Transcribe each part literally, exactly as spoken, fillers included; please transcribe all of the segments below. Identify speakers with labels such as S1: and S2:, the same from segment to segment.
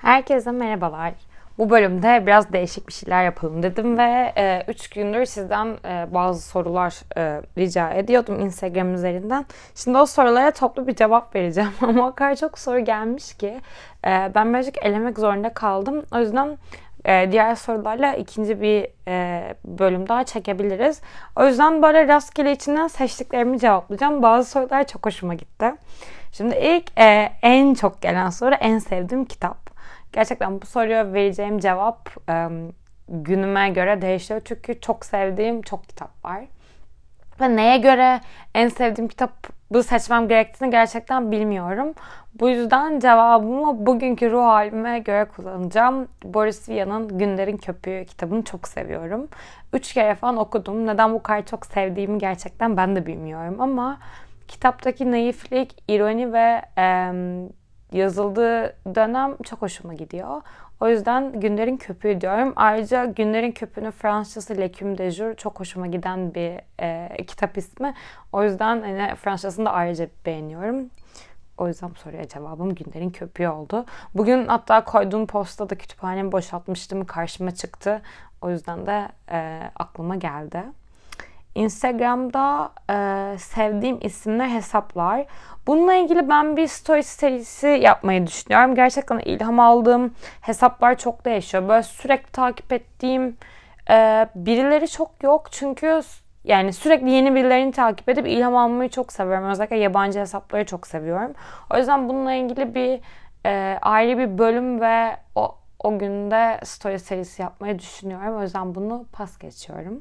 S1: Herkese merhabalar. Bu bölümde biraz değişik bir şeyler yapalım dedim ve üç gündür sizden e, bazı sorular e, rica ediyordum Instagram üzerinden. Şimdi o sorulara toplu bir cevap vereceğim ama o kadar çok soru gelmiş ki e, ben birazcık elemek zorunda kaldım. O yüzden e, diğer sorularla ikinci bir e, bölüm daha çekebiliriz. O yüzden böyle rastgele içinden seçtiklerimi cevaplayacağım. Bazı sorular çok hoşuma gitti. Şimdi ilk e, en çok gelen soru en sevdiğim kitap. Gerçekten bu soruya vereceğim cevap e, günüme göre değişiyor. Çünkü çok sevdiğim çok kitap var. Ve neye göre en sevdiğim kitabı seçmem gerektiğini gerçekten bilmiyorum. Bu yüzden cevabımı bugünkü ruh halime göre kullanacağım. Boris Vian'ın Günlerin Köpüğü kitabını çok seviyorum. Üç kere falan okudum. Neden bu kadar çok sevdiğimi gerçekten ben de bilmiyorum. Ama kitaptaki naiflik, ironi ve e, yazıldığı dönem çok hoşuma gidiyor. O yüzden Günlerin Köpüğü diyorum. Ayrıca Günlerin Köpüğü'nün Fransızcası L'écume des Jours çok hoşuma giden bir e, kitap ismi. O yüzden hani Fransızcasını da ayrıca beğeniyorum. O yüzden bu soruya cevabım Günlerin Köpüğü oldu. Bugün hatta koyduğum postta da kütüphanemi boşaltmıştım. Karşıma çıktı. O yüzden de e, aklıma geldi. Instagram'da e, sevdiğim isimler, hesaplar. Bununla ilgili ben bir story serisi yapmayı düşünüyorum. Gerçekten ilham aldığım hesaplar çok değişiyor. Böyle sürekli takip ettiğim e, birileri çok yok. Çünkü yani sürekli yeni birilerini takip edip ilham almayı çok seviyorum. Özellikle yabancı hesapları çok seviyorum. O yüzden bununla ilgili bir e, ayrı bir bölüm ve o, o günde story serisi yapmayı düşünüyorum. O yüzden bunu pas geçiyorum.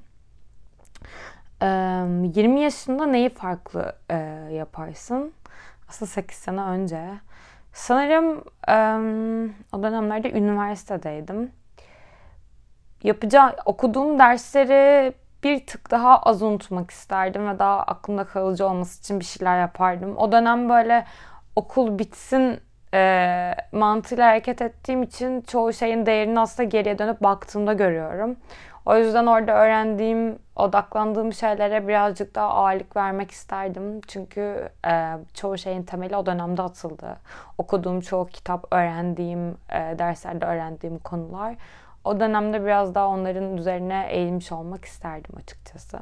S1: yirmi yaşında neyi farklı e, yaparsın? Aslında sekiz sene önce. Sanırım e, o dönemlerde üniversitedeydim. Yapacağı, okuduğum dersleri bir tık daha az unutmak isterdim ve daha aklımda kalıcı olması için bir şeyler yapardım. O dönem böyle okul bitsin e, mantığıyla hareket ettiğim için çoğu şeyin değerini aslında geriye dönüp baktığımda görüyorum. O yüzden orada öğrendiğim, odaklandığım şeylere birazcık daha ağırlık vermek isterdim. Çünkü e, çoğu şeyin temeli o dönemde atıldı. Okuduğum çoğu kitap, öğrendiğim, e, derslerde öğrendiğim konular. O dönemde biraz daha onların üzerine eğilmiş olmak isterdim açıkçası.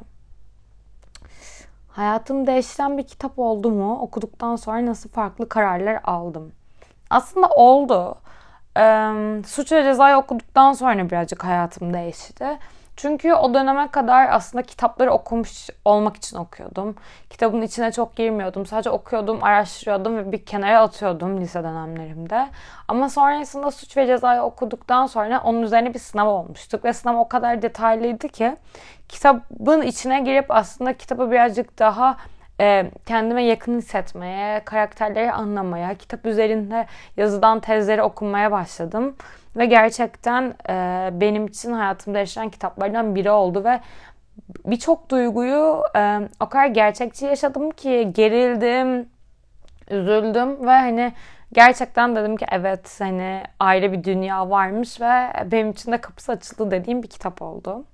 S1: Hayatımı değiştiren bir kitap oldu mu? Okuduktan sonra nasıl farklı kararlar aldım? Aslında oldu. Ee, Suç ve Ceza'yı okuduktan sonra birazcık hayatım değişti. Çünkü o döneme kadar aslında kitapları okumuş olmak için okuyordum. Kitabın içine çok girmiyordum. Sadece okuyordum, araştırıyordum ve bir kenara atıyordum lise dönemlerimde. Ama sonrasında Suç ve Ceza'yı okuduktan sonra onun üzerine bir sınav olmuştuk. Ve sınav o kadar detaylıydı ki kitabın içine girip aslında kitabı birazcık daha e, kendime yakın hissetmeye, karakterleri anlamaya, kitap üzerinde yazılan tezleri okumaya başladım. Ve gerçekten e, benim için hayatımda yaşanan kitaplardan biri oldu ve birçok duyguyu e, o kadar gerçekçi yaşadım ki gerildim, üzüldüm ve hani gerçekten dedim ki evet hani ayrı bir dünya varmış ve benim için de kapısı açıldı dediğim bir kitap oldu.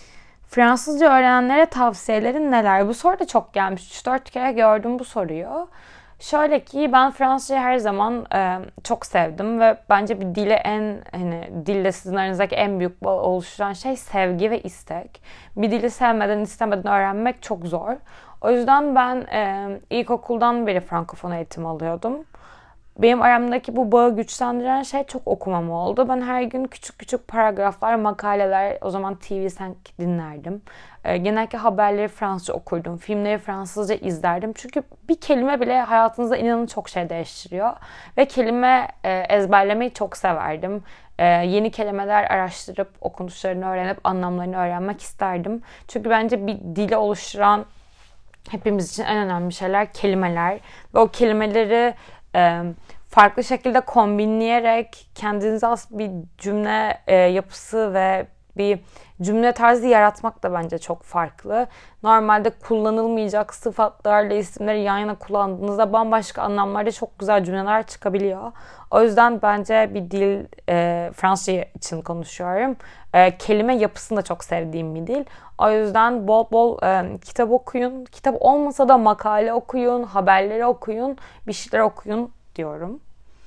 S1: Fransızca öğrenenlere tavsiyelerin neler? Bu soru da çok gelmiş. üç dört kere gördüm bu soruyu. Şöyle ki ben Fransızcayı her zaman e, çok sevdim ve bence bir dile en hani dille sizin aranızdaki en büyük bağ oluşturan şey sevgi ve istek. Bir dili sevmeden istemeden öğrenmek çok zor. O yüzden ben e, ilkokuldan beri Frankofon eğitim alıyordum. Benim aramdaki bu bağı güçlendiren şey çok okumam oldu. Ben her gün küçük küçük paragraflar, makaleler, o zaman T V Sank dinlerdim. E, genellikle haberleri Fransızca okurdum, filmleri Fransızca izlerdim. Çünkü bir kelime bile hayatınızda inanın çok şey değiştiriyor. Ve kelime e, ezberlemeyi çok severdim. E, yeni kelimeler araştırıp, okunuşlarını öğrenip, anlamlarını öğrenmek isterdim. Çünkü bence bir dili oluşturan hepimiz için en önemli şeyler kelimeler. Ve o kelimeleri e, farklı şekilde kombinleyerek kendinize has bir cümle e, yapısı ve bir cümle tarzı yaratmak da bence çok farklı. Normalde kullanılmayacak sıfatlarla isimleri yan yana kullandığınızda bambaşka anlamlarda çok güzel cümleler çıkabiliyor. O yüzden bence bir dil, e, Fransızca için konuşuyorum, e, kelime yapısını da çok sevdiğim bir dil. O yüzden bol bol e, kitap okuyun. Kitap olmasa da makale okuyun, haberleri okuyun, bir şeyler okuyun diyorum.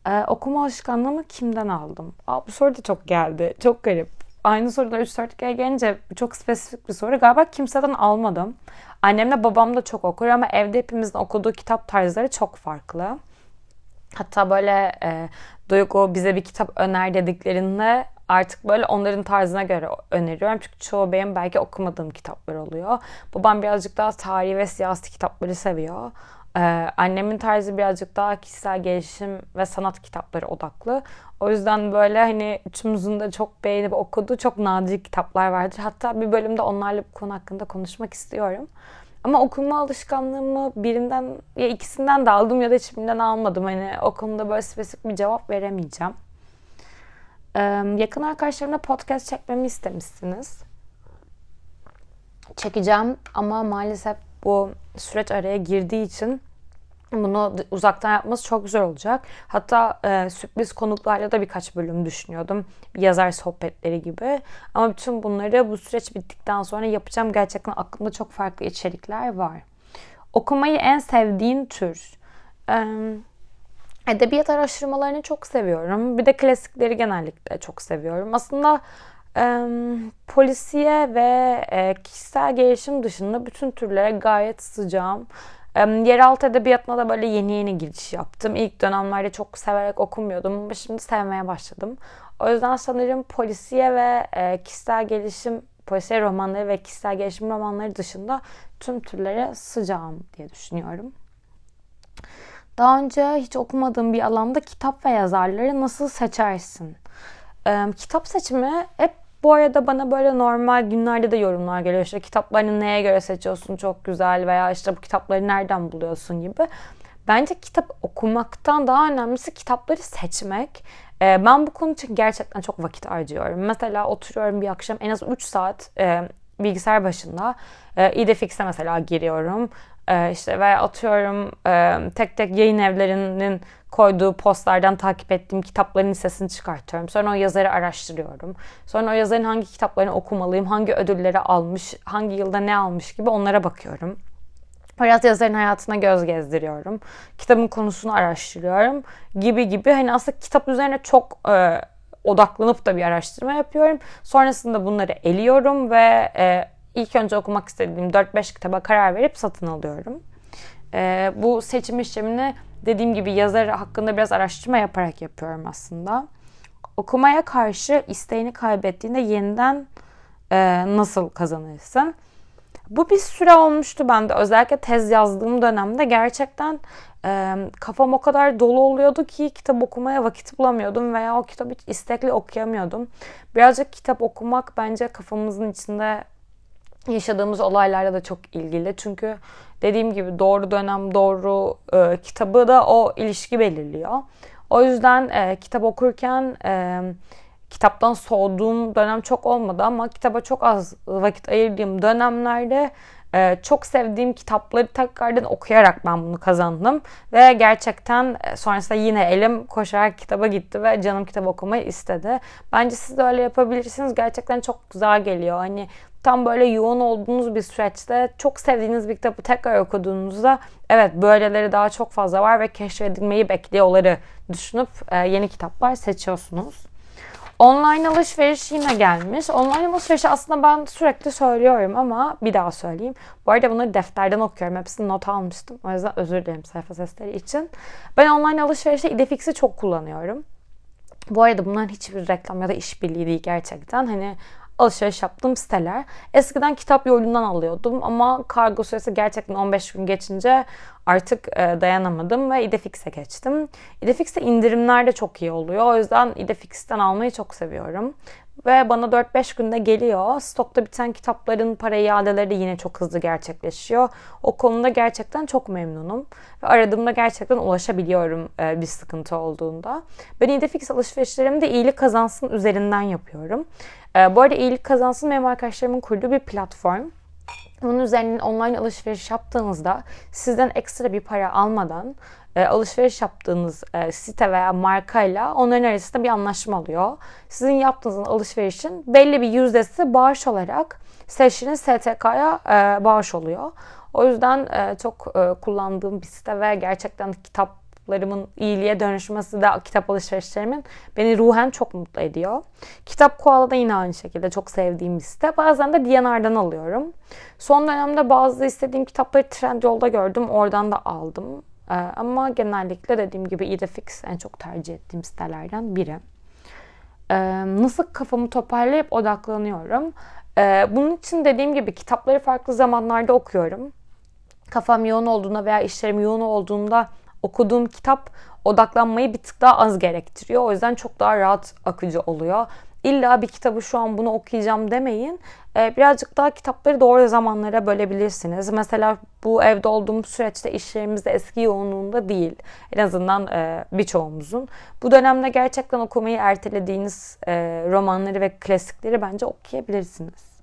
S1: Ee, okuma alışkanlığımı kimden aldım? Aa, bu soru da çok geldi. Çok garip. Aynı sorular üç dört kere gelince çok spesifik bir soru. Galiba kimseden almadım. Annemle babam da çok okur ama evde hepimizin okuduğu kitap tarzları çok farklı. Hatta böyle e, Duygu bize bir kitap öner dediklerinde artık böyle onların tarzına göre öneriyorum. Çünkü çoğu benim belki okumadığım kitaplar oluyor. Babam birazcık daha tarihi ve siyasi kitapları seviyor. Ee, annemin tarzı birazcık daha kişisel gelişim ve sanat kitapları odaklı. O yüzden böyle hani üçümüzün de çok beğenip okuduğu çok nadir kitaplar vardır. Hatta bir bölümde onlarla bu konu hakkında konuşmak istiyorum. Ama okuma alışkanlığımı birinden ya ikisinden de aldım ya da hiçbirinden almadım. Hani o konuda böyle spesifik bir cevap veremeyeceğim. Ee, yakın arkadaşlarımla podcast çekmemi istemişsiniz. Çekeceğim ama maalesef bu süreç araya girdiği için bunu uzaktan yapması çok güzel olacak. Hatta e, sürpriz konuklarla da birkaç bölüm düşünüyordum. Yazar sohbetleri gibi. Ama bütün bunları bu süreç bittikten sonra yapacağım. Gerçekten aklımda çok farklı içerikler var. Okumayı en sevdiğin tür. Ee, Edebiyat araştırmalarını çok seviyorum. Bir de klasikleri genellikle çok seviyorum. Aslında e, polisiye ve e, kişisel gelişim dışında bütün türlere gayet sıcağım. E, yeraltı edebiyatına da böyle yeni yeni giriş yaptım. İlk dönemlerde çok severek okumuyordum ama şimdi sevmeye başladım. O yüzden sanırım polisiye ve e, kişisel gelişim, polisiye romanları ve kişisel gelişim romanları dışında tüm türlere sıcağım diye düşünüyorum. Daha önce hiç okumadığım bir alanda kitap ve yazarları nasıl seçersin? Ee, kitap seçimi hep bu arada bana böyle normal günlerde de yorumlar geliyor. İşte kitaplarını neye göre seçiyorsun çok güzel veya işte bu kitapları nereden buluyorsun gibi. Bence kitap okumaktan daha önemlisi kitapları seçmek. Ee, ben bu konu için gerçekten çok vakit harcıyorum. Mesela oturuyorum bir akşam en az üç saat e, bilgisayar başında. E, İdefix'e mesela giriyorum. E, işte veya atıyorum e, tek tek yayın evlerinin koyduğu postlardan takip ettiğim kitapların listesini çıkartıyorum. Sonra o yazarı araştırıyorum. Sonra o yazarın hangi kitaplarını okumalıyım, hangi ödülleri almış, hangi yılda ne almış gibi onlara bakıyorum. Biraz yazarın hayatına göz gezdiriyorum. Kitabın konusunu araştırıyorum gibi gibi. Hani aslında kitap üzerine çok e, odaklanıp da bir araştırma yapıyorum. Sonrasında bunları eliyorum ve e, ilk önce okumak istediğim dört beş kitaba karar verip satın alıyorum. E, bu seçim işlemini dediğim gibi yazar hakkında biraz araştırma yaparak yapıyorum aslında. Okumaya karşı isteğini kaybettiğinde yeniden e, nasıl kazanırsın? Bu bir süre olmuştu bende. Özellikle tez yazdığım dönemde gerçekten e, kafam o kadar dolu oluyordu ki kitap okumaya vakit bulamıyordum veya o kitabı hiç istekli okuyamıyordum. Birazcık kitap okumak bence kafamızın içinde yaşadığımız olaylarla da çok ilgili. Çünkü dediğim gibi doğru dönem, doğru e, kitabı da o ilişki belirliyor. O yüzden e, kitap okurken e, kitaptan soğuduğum dönem çok olmadı ama kitaba çok az vakit ayırdığım dönemlerde e, çok sevdiğim kitapları tekrardan okuyarak ben bunu kazandım. Ve gerçekten sonrasında yine elim koşarak kitaba gitti ve canım kitap okumayı istedi. Bence siz de öyle yapabilirsiniz. Gerçekten çok güzel geliyor. Hani tam böyle yoğun olduğunuz bir süreçte çok sevdiğiniz bir kitabı tekrar okuduğunuzda evet böyleleri daha çok fazla var ve keşfedilmeyi bekliyorları düşünüp e, yeni kitaplar seçiyorsunuz. Online alışveriş yine gelmiş. Online alışverişi aslında ben sürekli söylüyorum ama bir daha söyleyeyim. Bu arada bunları defterden okuyorum. Hepsini not almıştım. O yüzden özür dilerim sayfa sesleri için. Ben online alışverişte İdefix'i çok kullanıyorum. Bu arada bunların hiçbir reklam ya da işbirliği değil gerçekten. Hani alışveriş yaptığım siteler. Eskiden kitap yolundan alıyordum ama kargo süresi gerçekten on beş gün geçince artık dayanamadım ve İdefix'e geçtim. İdefix'te indirimler de çok iyi oluyor. O yüzden İdefix'ten almayı çok seviyorum. Ve bana dört beş günde geliyor. Stokta biten kitapların para iadeleri de yine çok hızlı gerçekleşiyor. O konuda gerçekten çok memnunum. Ve aradığımda gerçekten ulaşabiliyorum bir sıkıntı olduğunda. Ben İdefix alışverişlerimi de iyilik kazansın üzerinden yapıyorum. Bu arada iyilik kazansın benim arkadaşlarımın kurduğu bir platform. Bunun üzerinden online alışveriş yaptığınızda sizden ekstra bir para almadan e, alışveriş yaptığınız e, site veya markayla onların arasında bir anlaşma oluyor. Sizin yaptığınız alışverişin belli bir yüzdesi bağış olarak seçtiğiniz S T K'ya e, bağış oluyor. O yüzden e, çok e, kullandığım bir site ve gerçekten kitap kitaplarımın iyiliğe dönüşmesi de kitap alışverişlerimin beni ruhen çok mutlu ediyor. Kitap Koala'da yine aynı şekilde çok sevdiğim bir site. Bazen de D and R'dan alıyorum. Son dönemde bazı istediğim kitapları Trendyol'da gördüm. Oradan da aldım. Ee, ama genellikle dediğim gibi Edafix en çok tercih ettiğim sitelerden biri. Ee, nasıl kafamı toparlayıp odaklanıyorum? Ee, bunun için dediğim gibi kitapları farklı zamanlarda okuyorum. Kafam yoğun olduğunda veya işlerim yoğun olduğunda okuduğum kitap odaklanmayı bir tık daha az gerektiriyor. O yüzden çok daha rahat akıcı oluyor. İlla bir kitabı şu an bunu okuyacağım demeyin. Ee, birazcık daha kitapları doğru zamanlara bölebilirsiniz. Mesela bu evde olduğum süreçte işlerimiz de eski yoğunluğunda değil. En azından e, birçoğumuzun. Bu dönemde gerçekten okumayı ertelediğiniz e, romanları ve klasikleri bence okuyabilirsiniz.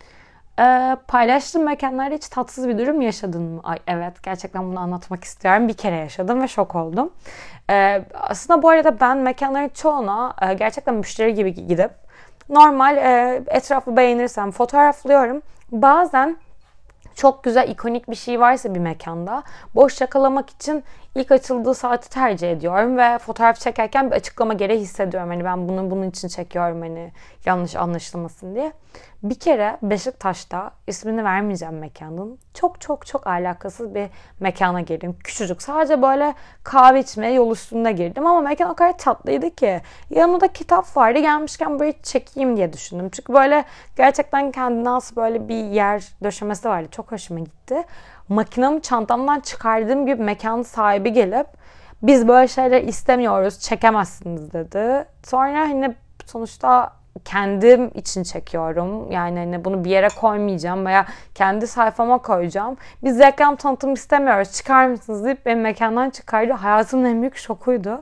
S1: Ee, paylaştığım mekanlarda hiç tatsız bir durum yaşadın mı? Ay evet, gerçekten bunu anlatmak istiyorum. Bir kere yaşadım ve şok oldum. Ee, aslında bu arada ben mekanların çoğuna e, gerçekten müşteri gibi gidip normal e, etrafı beğenirsem fotoğraflıyorum. Bazen çok güzel, ikonik bir şey varsa bir mekanda boş yakalamak için ilk açıldığı saati tercih ediyorum ve fotoğraf çekerken bir açıklama gereği hissediyorum. Hani ben bunu bunun için çekiyorum, hani yanlış anlaşılmasın diye. Bir kere Beşiktaş'ta, ismini vermeyeceğim mekanın, çok çok çok alakasız bir mekana girdim. Küçücük, sadece böyle kahve içmeye yol üstünde girdim ama mekan o kadar tatlıydı ki. Yanımda kitap vardı, gelmişken burayı çekeyim diye düşündüm. Çünkü böyle gerçekten kendine has böyle bir yer döşemesi vardı. Çok hoşuma gitti. Makinamı çantamdan çıkardığım gibi mekan sahibi gelip biz böyle şeyler istemiyoruz, çekemezsiniz dedi. Sonra hani sonuçta kendim için çekiyorum. Yani hani bunu bir yere koymayacağım veya kendi sayfama koyacağım. Biz reklam tanıtım istemiyoruz, çıkar mısınız deyip beni mekandan çıkardı. Hayatımın en büyük şokuydu.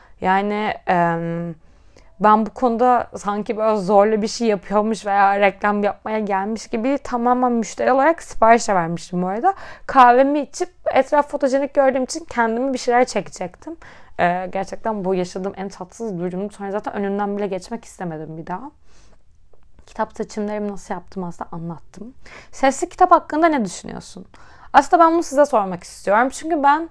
S1: Yani eee ben bu konuda sanki böyle zorla bir şey yapıyormuş veya reklam yapmaya gelmiş gibi tamamen müşteri olarak sipariş de vermiştim bu arada. Kahvemi içip etraf fotojenik gördüğüm için kendimi bir şeyler çekecektim. Ee, gerçekten bu yaşadığım en tatsız durumdu. Sonra zaten önünden bile geçmek istemedim bir daha. Kitap seçimlerimi nasıl yaptım aslında anlattım. Sesli kitap hakkında ne düşünüyorsun? Aslında ben bunu size sormak istiyorum. Çünkü ben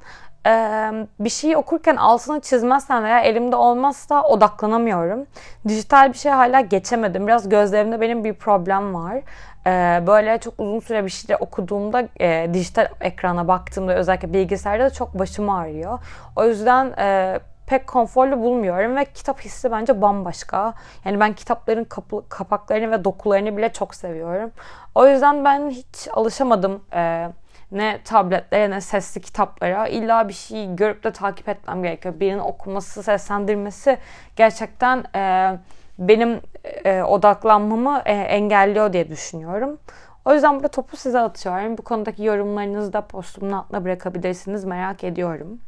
S1: e, bir şeyi okurken altını çizmezsem veya elimde olmazsa odaklanamıyorum. Dijital bir şey hala geçemedim. Biraz gözlerimde benim bir problem var. E, böyle çok uzun süre bir şeyler okuduğumda e, dijital ekrana baktığımda özellikle bilgisayarda da çok başım ağrıyor. O yüzden e, pek konforlu bulmuyorum ve kitap hissi bence bambaşka. Yani ben kitapların kapı, kapaklarını ve dokularını bile çok seviyorum. O yüzden ben hiç alışamadım e, ne tabletlere ne sesli kitaplara. İlla bir şey görüp de takip etmem gerekiyor. Birinin okuması, seslendirmesi gerçekten e, benim e, odaklanmamı e, engelliyor diye düşünüyorum. O yüzden burada topu size atıyorum. Bu konudaki yorumlarınızı da postumun altına bırakabilirsiniz. Merak ediyorum.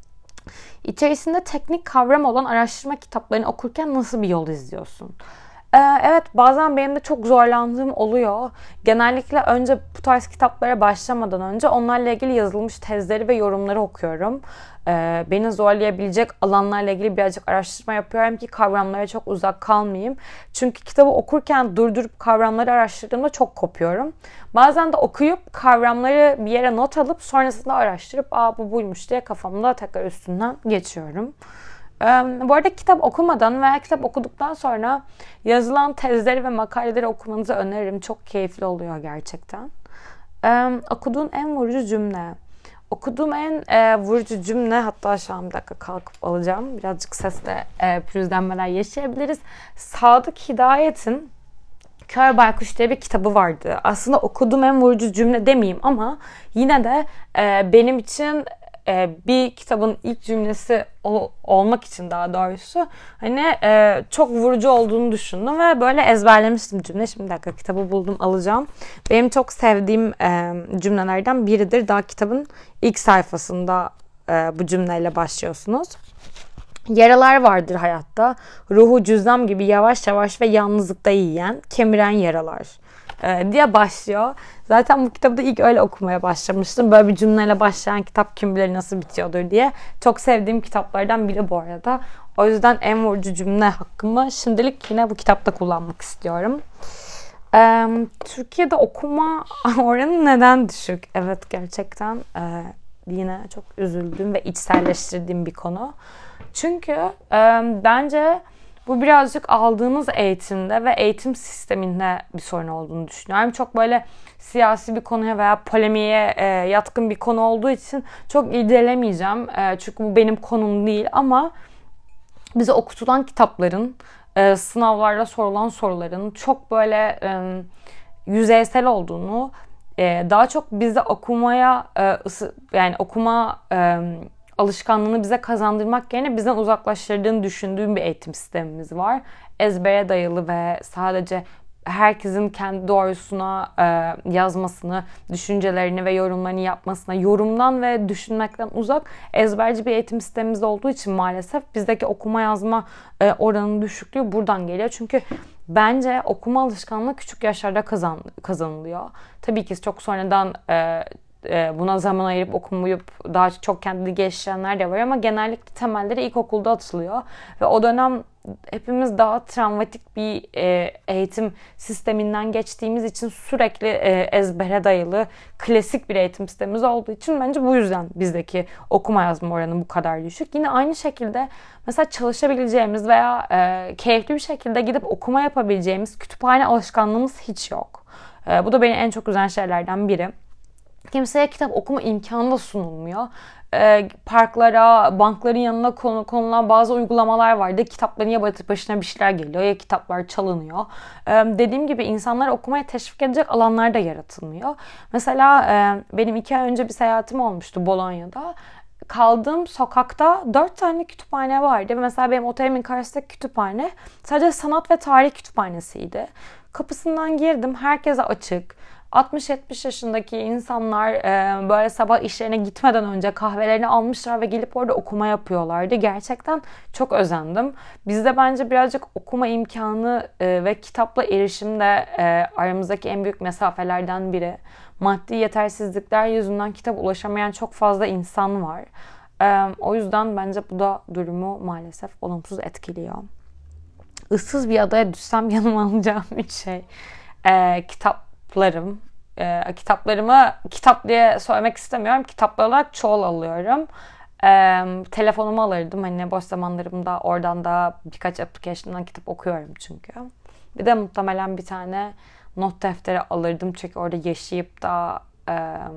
S1: İçerisinde teknik kavram olan araştırma kitaplarını okurken nasıl bir yol izliyorsun? Ee, evet, bazen benim de çok zorlandığım oluyor. Genellikle önce bu tarz kitaplara başlamadan önce onlarla ilgili yazılmış tezleri ve yorumları okuyorum. Ee, beni zorlayabilecek alanlarla ilgili birazcık araştırma yapıyorum ki kavramlara çok uzak kalmayayım. Çünkü kitabı okurken durdurup kavramları araştırdığımda çok kopuyorum. Bazen de okuyup kavramları bir yere not alıp sonrasında araştırıp aa bu buymuş diye kafamda tekrar üstünden geçiyorum. Bu arada kitap okumadan veya kitap okuduktan sonra yazılan tezleri ve makaleleri okumanızı öneririm. Çok keyifli oluyor gerçekten. Okuduğun en vurucu cümle. Okuduğum en e, vurucu cümle, hatta şu an bir dakika kalkıp alacağım. Birazcık sesle e, pürüzlenmeler yaşayabiliriz. Sadık Hidayet'in Kör Baykuş diye bir kitabı vardı. Aslında okuduğum en vurucu cümle demeyeyim ama yine de e, benim için e, bir kitabın ilk cümlesi o, olmak için daha doğrusu hani e, çok vurucu olduğunu düşündüm ve böyle ezberlemiştim cümle. Şimdi bir dakika kitabı buldum, alacağım. Benim çok sevdiğim e, cümlelerden biridir. Daha kitabın ilk sayfasında e, bu cümleyle başlıyorsunuz. Yaralar vardır hayatta, ruhu cüzdan gibi yavaş yavaş ve yalnızlıkta yiyen, kemiren yaralar e, diye başlıyor. Zaten bu kitabı da ilk öyle okumaya başlamıştım. Böyle bir cümleyle başlayan kitap kim bilir nasıl bitiyordur diye. Çok sevdiğim kitaplardan biri bu arada. O yüzden en vurucu cümle hakkımı şimdilik yine bu kitapta kullanmak istiyorum. Ee, Türkiye'de okuma oranı neden düşük? Evet, gerçekten e, yine çok üzüldüğüm ve içselleştirdiğim bir konu. Çünkü e, bence bu birazcık aldığımız eğitimde ve eğitim sisteminde bir sorun olduğunu düşünüyorum. Çok böyle siyasi bir konuya veya polemiğe e, yatkın bir konu olduğu için çok irdelemeyeceğim. E, çünkü bu benim konum değil ama bize okutulan kitapların, e, sınavlarda sorulan soruların çok böyle e, yüzeysel olduğunu, e, daha çok bize okumaya e, ısı, yani okuma e, alışkanlığını bize kazandırmak yerine bizden uzaklaştırdığını düşündüğüm bir eğitim sistemimiz var. Ezbere dayalı ve sadece herkesin kendi doğrusuna e, yazmasını, düşüncelerini ve yorumlarını yapmasına, yorumdan ve düşünmekten uzak ezberci bir eğitim sistemimiz olduğu için maalesef bizdeki okuma yazma e, oranının düşüklüğü buradan geliyor. Çünkü bence okuma alışkanlığı küçük yaşlarda kazan, kazanılıyor. Tabii ki çok sonradan e, e, buna zaman ayırıp okumayıp daha çok kendini geliştirenler de var ama genellikle temelleri ilkokulda atılıyor. Ve o dönem hepimiz daha travmatik bir e, eğitim sisteminden geçtiğimiz için sürekli e, ezbere dayalı klasik bir eğitim sistemimiz olduğu için bence bu yüzden bizdeki okuma yazma oranı bu kadar düşük. Yine aynı şekilde mesela çalışabileceğimiz veya e, keyifli bir şekilde gidip okuma yapabileceğimiz kütüphane alışkanlığımız hiç yok. E, bu da beni en çok üzen şeylerden biri. Kimseye kitap okuma imkanı da sunulmuyor. Ee, parklara, bankların yanına konulan bazı uygulamalar vardı. Kitapların ya başına bir şeyler geliyor ya kitaplar çalınıyor. Ee, dediğim gibi insanları okumaya teşvik edecek alanlar da yaratılmıyor. Mesela e, benim iki ay önce bir seyahatim olmuştu Bolonya'da. Kaldığım sokakta dört tane kütüphane vardı. Mesela benim otelimin karşısındaki kütüphane sadece sanat ve tarih kütüphanesiydi. Kapısından girdim, herkese açık. altmış yetmiş yaşındaki insanlar e, böyle sabah işlerine gitmeden önce kahvelerini almışlar ve gelip orada okuma yapıyorlardı. Gerçekten çok özendim. Bizde bence birazcık okuma imkanı e, ve kitapla erişim de e, aramızdaki en büyük mesafelerden biri. Maddi yetersizlikler yüzünden kitap ulaşamayan çok fazla insan var. E, o yüzden bence bu da durumu maalesef olumsuz etkiliyor. Issız bir adaya düşsem yanıma alacağım üç şey. E, kitaplarım. E, kitaplarımı kitap diye söylemek istemiyorum. Kitaplar olarak çoğul alıyorum. E, telefonumu alırdım. Hani boş zamanlarımda oradan da birkaç application'dan kitap okuyorum çünkü. Bir de muhtemelen bir tane not defteri alırdım. Çünkü orada yaşayıp da e,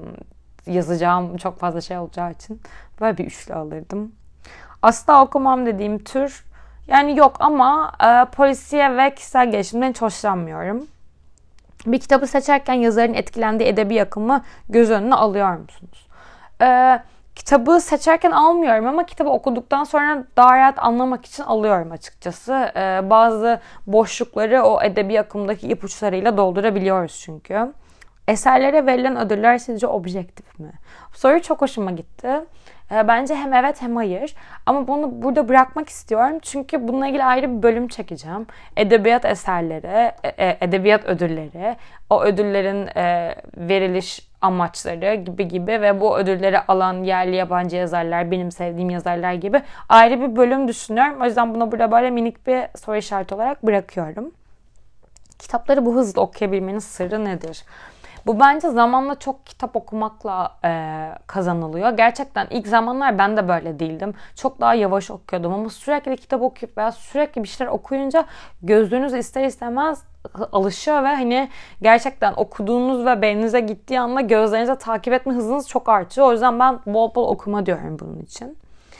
S1: yazacağım çok fazla şey olacağı için böyle bir üçlü alırdım. Asla okumam dediğim tür yani yok ama e, polisiye ve kişisel gelişimden hiç hoşlanmıyorum. Bir kitabı seçerken yazarın etkilendiği edebi akımı göz önüne alıyor musunuz? Ee, kitabı seçerken almıyorum ama kitabı okuduktan sonra daha rahat anlamak için alıyorum açıkçası. Ee, bazı boşlukları o edebi akımdaki ipuçlarıyla doldurabiliyoruz çünkü. Eserlere verilen ödüller sizce objektif mi? Bu soru çok hoşuma gitti. Bence hem evet hem hayır. Ama bunu burada bırakmak istiyorum. Çünkü bununla ilgili ayrı bir bölüm çekeceğim. Edebiyat eserleri, edebiyat ödülleri, o ödüllerin veriliş amaçları gibi gibi ve bu ödülleri alan yerli yabancı yazarlar, benim sevdiğim yazarlar gibi ayrı bir bölüm düşünüyorum. O yüzden bunu burada böyle minik bir soru işareti olarak bırakıyorum. Kitapları bu hızla okuyabilmenin sırrı nedir? Bu bence zamanla çok kitap okumakla e, kazanılıyor. Gerçekten ilk zamanlar ben de böyle değildim. Çok daha yavaş okuyordum ama sürekli kitap okuyup veya sürekli bir şeyler okuyunca gözünüz ister istemez alışıyor ve hani gerçekten okuduğunuz ve beyninize gittiği anda gözlerinize takip etme hızınız çok artıyor. O yüzden ben bol bol okuma diyorum bunun için.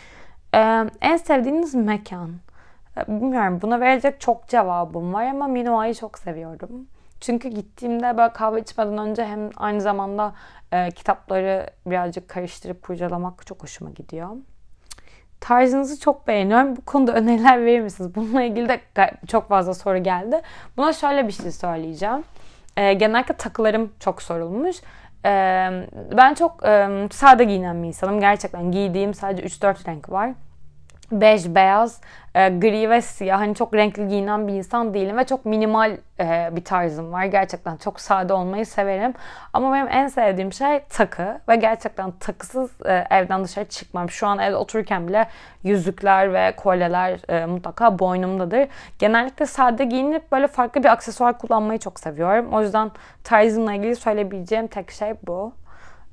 S1: Ee, en sevdiğiniz mekan? Bilmiyorum, buna verecek çok cevabım var ama Minoa'yı çok seviyorum. Çünkü gittiğimde böyle kahve içmeden önce hem aynı zamanda e, kitapları birazcık karıştırıp kurcalamak çok hoşuma gidiyor. Tarzınızı çok beğeniyorum. Bu konuda öneriler verir misiniz? Bununla ilgili de çok fazla soru geldi. Buna şöyle bir şey söyleyeceğim. E, genellikle takılarım çok sorulmuş. E, ben çok e, sade giyinen bir insanım. Gerçekten giydiğim sadece üç dört renk var. Bej, beyaz, e, gri ve siyah. Hani çok renkli giyinen bir insan değilim ve çok minimal e, bir tarzım var. Gerçekten çok sade olmayı severim. Ama benim en sevdiğim şey takı ve gerçekten takısız e, evden dışarı çıkmam. Şu an evde otururken bile yüzükler ve kolyeler e, mutlaka boynumdadır. Genellikle sade giyinip böyle farklı bir aksesuar kullanmayı çok seviyorum. O yüzden tarzımla ilgili söyleyebileceğim tek şey bu.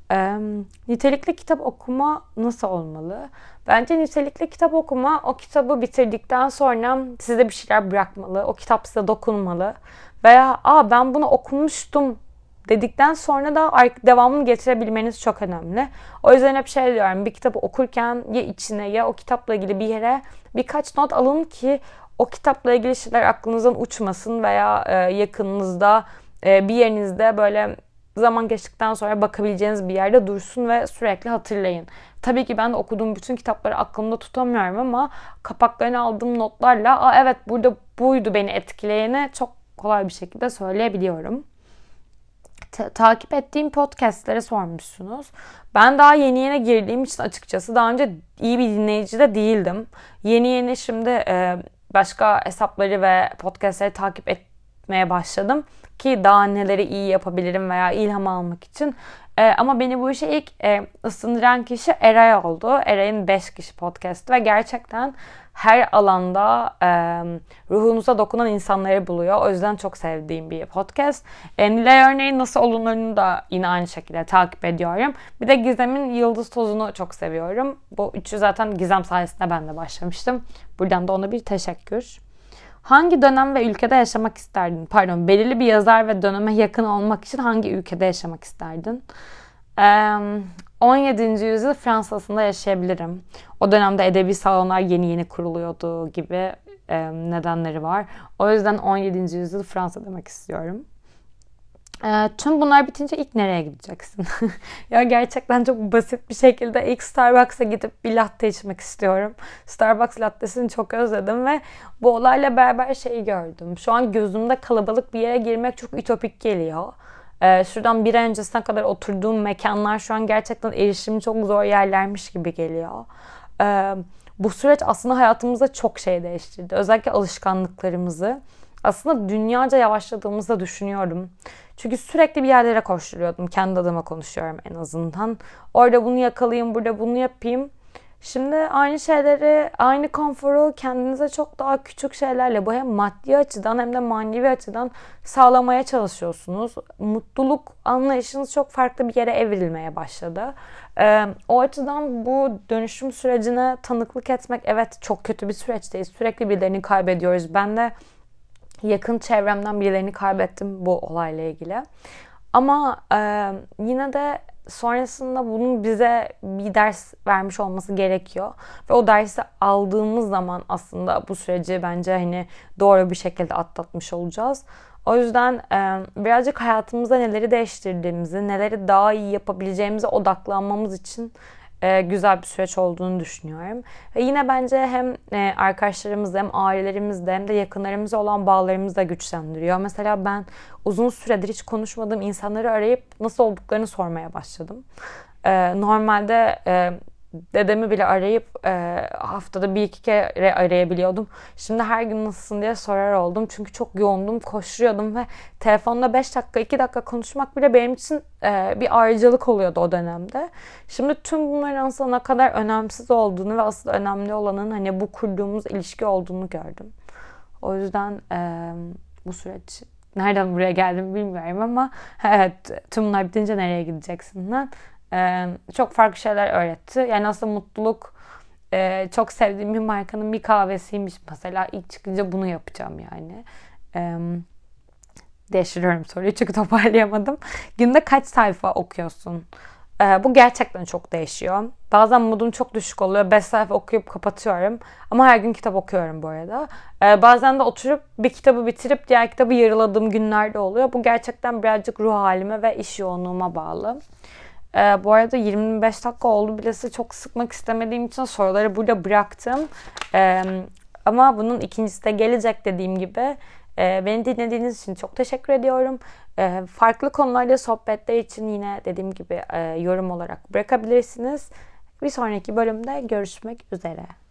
S1: Ee, nitelikli kitap okuma nasıl olmalı? Bence nitelikli kitap okuma o kitabı bitirdikten sonra size bir şeyler bırakmalı. O kitap size dokunmalı. Veya aa ben bunu okumuştum dedikten sonra da devamını getirebilmeniz çok önemli. O yüzden hep şey diyorum, bir kitabı okurken ya içine ya o kitapla ilgili bir yere birkaç not alın ki o kitapla ilgili şeyler aklınızdan uçmasın veya e, yakınınızda e, bir yerinizde böyle zaman geçtikten sonra bakabileceğiniz bir yerde dursun ve sürekli hatırlayın. Tabii ki ben de okuduğum bütün kitapları aklımda tutamıyorum ama kapaklarını aldığım notlarla aa evet burada buydu beni etkileyeni çok kolay bir şekilde söyleyebiliyorum. Ta- takip ettiğim podcastlere sormuşsunuz. Ben daha yeni yeni girdiğim için açıkçası daha önce iyi bir dinleyici de değildim. Yeni yeni şimdi e, başka hesapları ve podcastleri takip etmeye başladım ki daha neleri iyi yapabilirim veya ilham almak için. E, ama beni bu işe ilk e, ısındıran kişi Eray oldu. Eray'ın beş kişi podcastı ve gerçekten her alanda e, ruhunuza dokunan insanları buluyor. O yüzden çok sevdiğim bir podcast. E, Nilay Örneğin nasıl olunurunu da yine aynı şekilde takip ediyorum. Bir de Gizem'in Yıldız Tozu'nu çok seviyorum. Bu üçü zaten Gizem sayesinde ben de başlamıştım. Buradan da ona bir teşekkür. Hangi dönem ve ülkede yaşamak isterdin? Pardon, belirli bir yazar ve döneme yakın olmak için hangi ülkede yaşamak isterdin? on yedinci yüzyıl Fransa'sında yaşayabilirim. O dönemde edebi salonlar yeni yeni kuruluyordu gibi nedenleri var. O yüzden on yedinci yüzyıl Fransa demek istiyorum. E, tüm bunlar bitince ilk nereye gideceksin? Ya gerçekten çok basit bir şekilde ilk Starbucks'a gidip bir latte içmek istiyorum. Starbucks lattesini çok özledim ve bu olayla beraber şeyi gördüm. Şu an gözümde kalabalık bir yere girmek çok ütopik geliyor. Ee, şuradan bir ay öncesine kadar oturduğum mekanlar şu an gerçekten erişimi çok zor yerlermiş gibi geliyor. Ee, bu süreç aslında hayatımızda çok şey değiştirdi. Özellikle alışkanlıklarımızı. Aslında dünyaca yavaşladığımızı da düşünüyorum. Çünkü sürekli bir yerlere koşturuyordum. Kendi adıma konuşuyorum en azından. Orada bunu yakalayayım, burada bunu yapayım. Şimdi aynı şeyleri, aynı konforu kendinize çok daha küçük şeylerle, bu hem maddi açıdan hem de manevi açıdan sağlamaya çalışıyorsunuz. Mutluluk anlayışınız çok farklı bir yere evrilmeye başladı. Ee, o açıdan bu dönüşüm sürecine tanıklık etmek evet çok kötü bir süreçteyiz. Sürekli birilerini kaybediyoruz. Ben de yakın çevremden birilerini kaybettim bu olayla ilgili. Ama e, yine de sonrasında bunun bize bir ders vermiş olması gerekiyor. Ve o dersi aldığımız zaman aslında bu süreci bence hani doğru bir şekilde atlatmış olacağız. O yüzden e, birazcık hayatımızda neleri değiştirdiğimizi, neleri daha iyi yapabileceğimize odaklanmamız için e, güzel bir süreç olduğunu düşünüyorum. Ve yine bence hem e, arkadaşlarımızla hem ailelerimizle hem de yakınlarımızla olan bağlarımızı da güçlendiriyor. Mesela ben uzun süredir hiç konuşmadığım insanları arayıp nasıl olduklarını sormaya başladım. E, normalde e, dedemi bile arayıp e, haftada bir iki kere arayabiliyordum. Şimdi her gün nasılsın diye sorar oldum. Çünkü çok yoğundum, koşturuyordum ve telefonda beş dakika iki dakika konuşmak bile benim için e, bir ayrıcalık oluyordu o dönemde. Şimdi tüm bunların aslında ne kadar önemsiz olduğunu ve asıl önemli olanın hani bu kurduğumuz ilişki olduğunu gördüm. O yüzden e, bu süreç nereden buraya geldim bilmiyorum ama evet, tüm bunlar bitince nereye gideceksin lan? Ee, çok farklı şeyler öğretti. Yani aslında mutluluk e, çok sevdiğim bir markanın bir kahvesiymiş. Mesela ilk çıkınca bunu yapacağım yani. Ee, değiştiriyorum soruyu çünkü toparlayamadım. Günde kaç sayfa okuyorsun? Ee, bu gerçekten çok değişiyor. Bazen modum çok düşük oluyor. beş sayfa okuyup kapatıyorum. Ama her gün kitap okuyorum bu arada. Ee, bazen de oturup bir kitabı bitirip diğer kitabı yarıladığım günler de oluyor. Bu gerçekten birazcık ruh halime ve iş yoğunluğuma bağlı. Ee, bu arada yirmi beş dakika oldu bile, sizi çok sıkmak istemediğim için soruları burada bıraktım. Ee, ama bunun ikincisi de gelecek dediğim gibi. Ee, beni dinlediğiniz için çok teşekkür ediyorum. Ee, farklı konularda sohbetler için yine dediğim gibi e, yorum olarak bırakabilirsiniz. Bir sonraki bölümde görüşmek üzere.